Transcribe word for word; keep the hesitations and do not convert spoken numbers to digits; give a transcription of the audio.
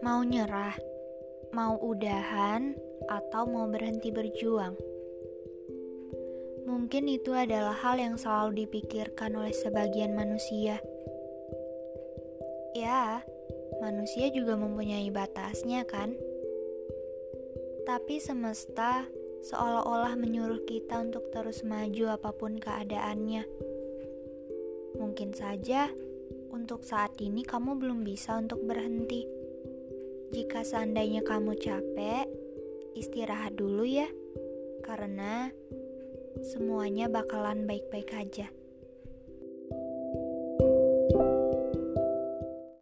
Mau nyerah, mau udahan, atau mau berhenti berjuang? Mungkin itu adalah hal yang selalu dipikirkan oleh sebagian manusia. Ya, manusia juga mempunyai batasnya kan? Tapi semesta seolah-olah menyuruh kita untuk terus maju apapun keadaannya. Mungkin saja untuk saat ini kamu belum bisa untuk berhenti. Jika seandainya kamu capek, istirahat dulu ya, karena semuanya bakalan baik-baik aja.